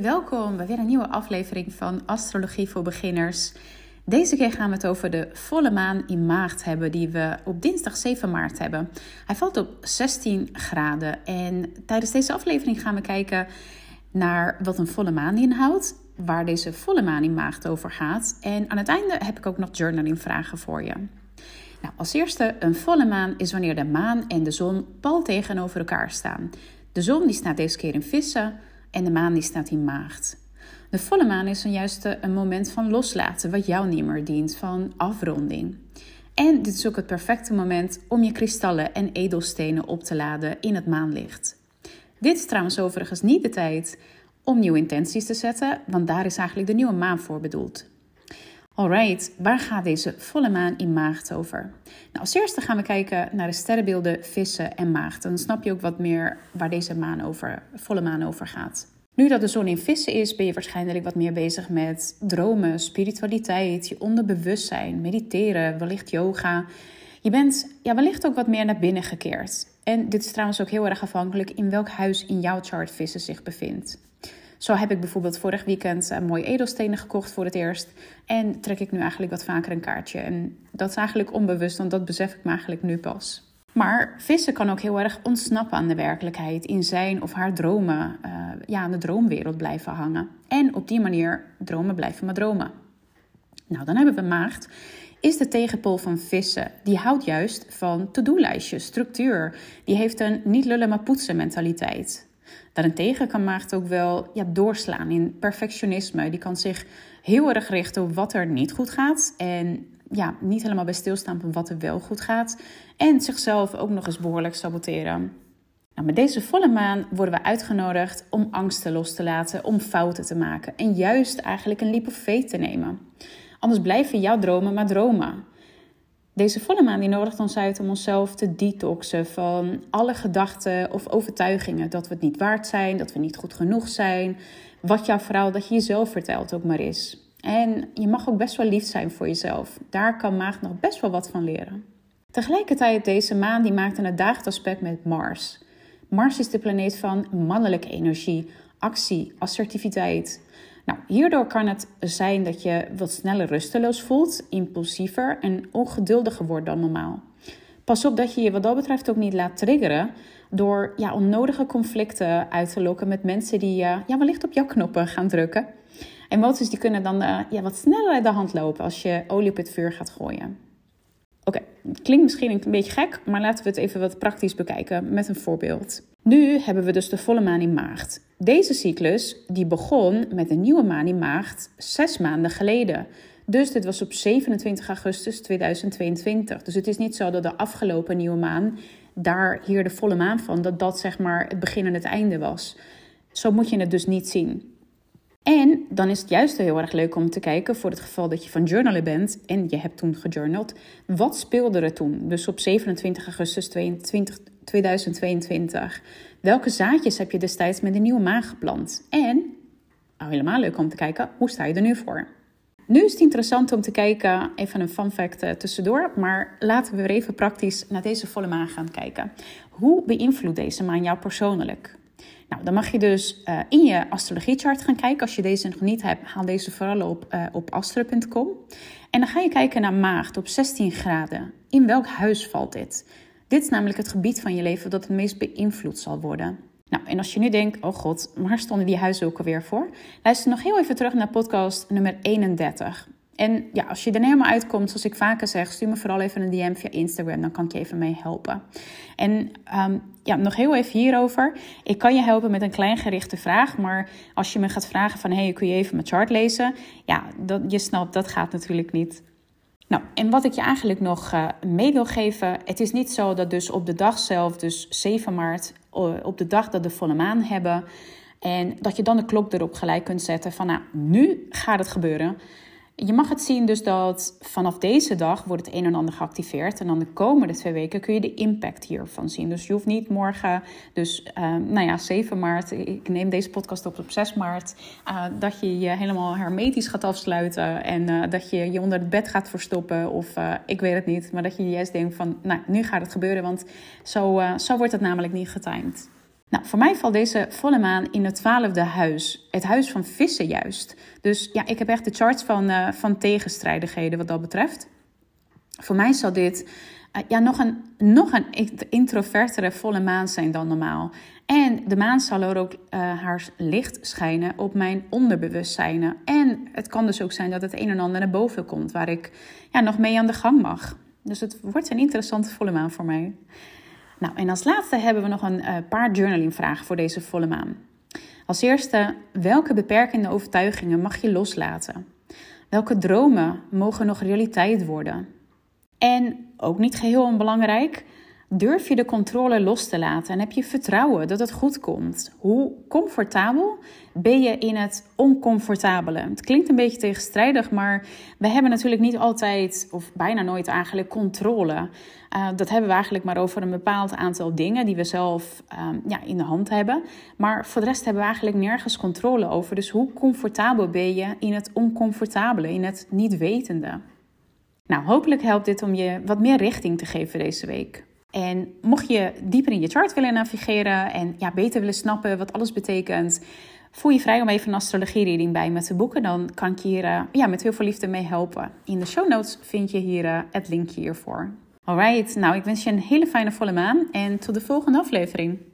welkom bij weer een nieuwe aflevering van Astrologie voor Beginners. Deze keer gaan we het over de volle maan in Maagd hebben die we op dinsdag 7 maart hebben. Hij valt op 16 graden en tijdens deze aflevering gaan we kijken naar wat een volle maan inhoudt, waar deze volle maan in Maagd over gaat. En aan het einde heb ik ook nog journaling vragen voor je. Nou, als eerste, een volle maan is wanneer de maan en de zon pal tegenover elkaar staan. De zon die staat deze keer in Vissen en de maan die staat in Maagd. De volle maan is dan juist een moment van loslaten wat jou niet meer dient, van afronding. En dit is ook het perfecte moment om je kristallen en edelstenen op te laden in het maanlicht. Dit is trouwens overigens niet de tijd om nieuwe intenties te zetten, want daar is eigenlijk de nieuwe maan voor bedoeld. Alright, waar gaat deze volle maan in Maagd over? Nou, als eerste gaan we kijken naar de sterrenbeelden Vissen en Maagd. Dan snap je ook wat meer waar deze volle maan over gaat. Nu dat de zon in Vissen is, ben je waarschijnlijk wat meer bezig met dromen, spiritualiteit, je onderbewustzijn, mediteren, wellicht yoga. Je bent wellicht ook wat meer naar binnen gekeerd. En dit is trouwens ook heel erg afhankelijk in welk huis in jouw chart Vissen zich bevindt. Zo heb ik bijvoorbeeld vorig weekend mooie edelstenen gekocht voor het eerst. En trek ik nu eigenlijk wat vaker een kaartje. En dat is eigenlijk onbewust, want dat besef ik me eigenlijk nu pas. Maar Vissen kan ook heel erg ontsnappen aan de werkelijkheid. In zijn of haar dromen, aan de droomwereld blijven hangen. En op die manier dromen blijven maar dromen. Nou, dan hebben we Maagd. Is de tegenpool van Vissen. Die houdt juist van to-do-lijstjes, structuur. Die heeft een niet lullen maar poetsen mentaliteit. Daarentegen kan Maagd ook wel doorslaan in perfectionisme. Die kan zich heel erg richten op wat er niet goed gaat. En niet helemaal bij stilstaan op wat er wel goed gaat. En zichzelf ook nog eens behoorlijk saboteren. Nou, met deze volle maan worden we uitgenodigd om angsten los te laten, om fouten te maken. En juist eigenlijk een leap of faith te nemen. Anders blijven jouw dromen maar dromen. Deze volle maan die nodigt ons uit om onszelf te detoxen van alle gedachten of overtuigingen. Dat we het niet waard zijn, dat we niet goed genoeg zijn. Wat jouw verhaal dat je jezelf vertelt ook maar is. En je mag ook best wel lief zijn voor jezelf. Daar kan Maagd nog best wel wat van leren. Tegelijkertijd deze maan die maakt een uitdagend aspect met Mars. Mars is de planeet van mannelijke energie, actie, assertiviteit. Nou, hierdoor kan het zijn dat je wat sneller rusteloos voelt, impulsiever en ongeduldiger wordt dan normaal. Pas op dat je je wat dat betreft ook niet laat triggeren door onnodige conflicten uit te lokken met mensen die wellicht op jouw knoppen gaan drukken. Emoties die kunnen dan wat sneller uit de hand lopen als je olie op het vuur gaat gooien. Oké, het klinkt misschien een beetje gek, maar laten we het even wat praktisch bekijken met een voorbeeld. Nu hebben we dus de volle maan in Maagd. Deze cyclus die begon met een nieuwe maan in Maagd 6 maanden geleden. Dus dit was op 27 augustus 2022. Dus het is niet zo dat de afgelopen nieuwe maan, daar hier de volle maan van, dat zeg maar het begin en het einde was. Zo moet je het dus niet zien. En dan is het juist heel erg leuk om te kijken, voor het geval dat je van journalen bent en je hebt toen gejournald, wat speelde er toen? Dus op 27 augustus 2022. Welke zaadjes heb je destijds met de nieuwe maan geplant? En, helemaal leuk om te kijken, hoe sta je er nu voor? Nu is het interessant om te kijken, even een fun fact tussendoor, maar laten we weer even praktisch naar deze volle maan gaan kijken. Hoe beïnvloedt deze maan jou persoonlijk? Nou, dan mag je dus in je astrologiechart gaan kijken. Als je deze nog niet hebt, haal deze vooral op astro.com. En dan ga je kijken naar Maagd op 16 graden. In welk huis valt dit? Dit is namelijk het gebied van je leven dat het meest beïnvloed zal worden. Nou, en als je nu denkt, oh god, waar stonden die huizen ook alweer voor? Luister nog heel even terug naar podcast nummer 31. En als je er helemaal uitkomt, zoals ik vaker zeg, stuur me vooral even een DM via Instagram. Dan kan ik je even mee helpen. En nog heel even hierover. Ik kan je helpen met een klein gerichte vraag. Maar als je me gaat vragen van, kun je even mijn chart lezen? Je snapt, dat gaat natuurlijk niet. Nou, en wat ik je eigenlijk nog mee wil geven. Het is niet zo dat dus op de dag zelf, dus 7 maart, op de dag dat de volle maan hebben. En dat je dan de klok erop gelijk kunt zetten van, nu gaat het gebeuren. Je mag het zien dus dat vanaf deze dag wordt het een en ander geactiveerd. En dan de komende 2 weken kun je de impact hiervan zien. Dus je hoeft niet morgen, 7 maart, ik neem deze podcast op 6 maart. Dat je je helemaal hermetisch gaat afsluiten. En dat je je onder het bed gaat verstoppen. Of ik weet het niet. Maar dat je juist denkt van, nu gaat het gebeuren. Want zo wordt het namelijk niet getimed. Nou, voor mij valt deze volle maan in het 12e huis. Het huis van vissen juist. Dus ja, ik heb echt de charts van tegenstrijdigheden wat dat betreft. Voor mij zal dit nog een introvertere volle maan zijn dan normaal. En de maan zal er ook haar licht schijnen op mijn onderbewustzijn. En het kan dus ook zijn dat het een en ander naar boven komt waar ik nog mee aan de gang mag. Dus het wordt een interessante volle maan voor mij. Nou, en als laatste hebben we nog een paar journalingvragen voor deze volle maan. Als eerste, welke beperkende overtuigingen mag je loslaten? Welke dromen mogen nog realiteit worden? En ook niet geheel onbelangrijk, durf je de controle los te laten en heb je vertrouwen dat het goed komt? Hoe comfortabel ben je in het oncomfortabele? Het klinkt een beetje tegenstrijdig, maar we hebben natuurlijk niet altijd, of bijna nooit eigenlijk, controle. Dat hebben we eigenlijk maar over een bepaald aantal dingen die we zelf in de hand hebben. Maar voor de rest hebben we eigenlijk nergens controle over. Dus hoe comfortabel ben je in het oncomfortabele, in het niet wetende? Nou, hopelijk helpt dit om je wat meer richting te geven deze week. En mocht je dieper in je chart willen navigeren en beter willen snappen wat alles betekent, voel je vrij om even een astrologie-reading bij me te boeken. Dan kan ik je hier met heel veel liefde mee helpen. In de show notes vind je hier het linkje hiervoor. Alright, nou ik wens je een hele fijne volle maan en tot de volgende aflevering.